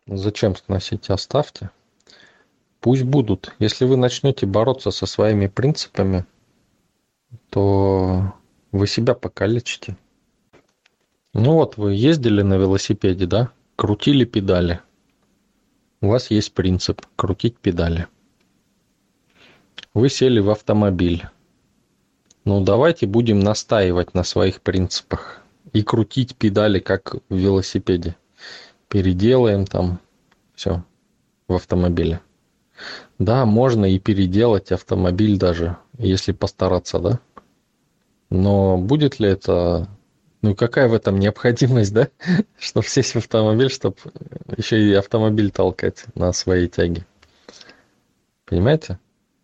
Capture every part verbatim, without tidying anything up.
Зачем сносить? Оставьте. Пусть будут. Если вы начнете бороться со своими принципами, то вы себя покалечите. Ну вот, вы ездили на велосипеде, да? Крутили педали. У вас есть принцип крутить педали. Вы сели в автомобиль. Ну, давайте будем настаивать на своих принципах и крутить педали, как в велосипеде. Переделаем там все в автомобиле. Да, можно и переделать автомобиль даже, если постараться, да? Но будет ли это... Ну, какая в этом необходимость, да? Чтобы сесть в автомобиль, чтобы еще и автомобиль толкать на своей тяге. Понимаете?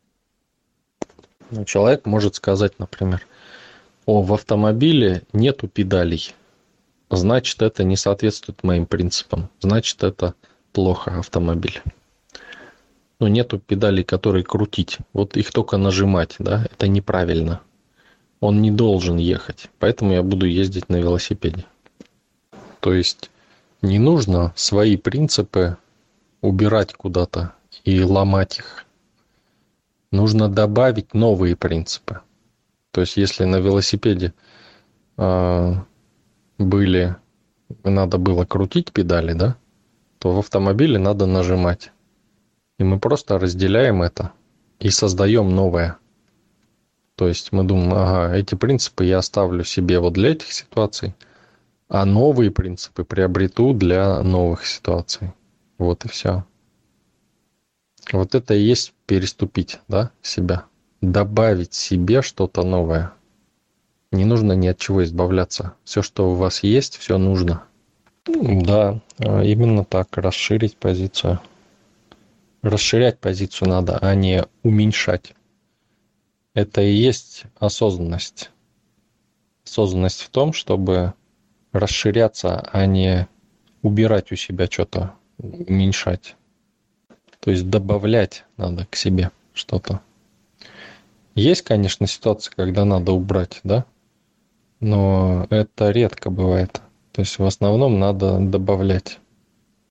Ну, человек может сказать, например, о, в автомобиле нету педалей. Значит, это не соответствует моим принципам. Значит, это плохо автомобиль. Ну, нету педалей, которые крутить. Вот их только нажимать, да? Это неправильно. Он не должен ехать. Поэтому я буду ездить на велосипеде. То есть не нужно свои принципы убирать куда-то и ломать их. Нужно добавить новые принципы. То есть если на велосипеде э, были, надо было крутить педали, да, то в автомобиле надо нажимать. И мы просто разделяем это и создаем новое. То есть мы думаем, ага, эти принципы я оставлю себе вот для этих ситуаций, а новые принципы приобрету для новых ситуаций. Вот и все. Вот это и есть переступить, да, себя. Добавить себе что-то новое. Не нужно ни от чего избавляться. Все, что у вас есть, все нужно. Да, именно так, расширить позицию. Расширять позицию надо, а не уменьшать. Это и есть осознанность. Осознанность в том, чтобы расширяться, а не убирать у себя что-то, уменьшать. То есть добавлять надо к себе что-то. Есть, конечно, ситуации, когда надо убрать, да? Но это редко бывает. То есть в основном надо добавлять.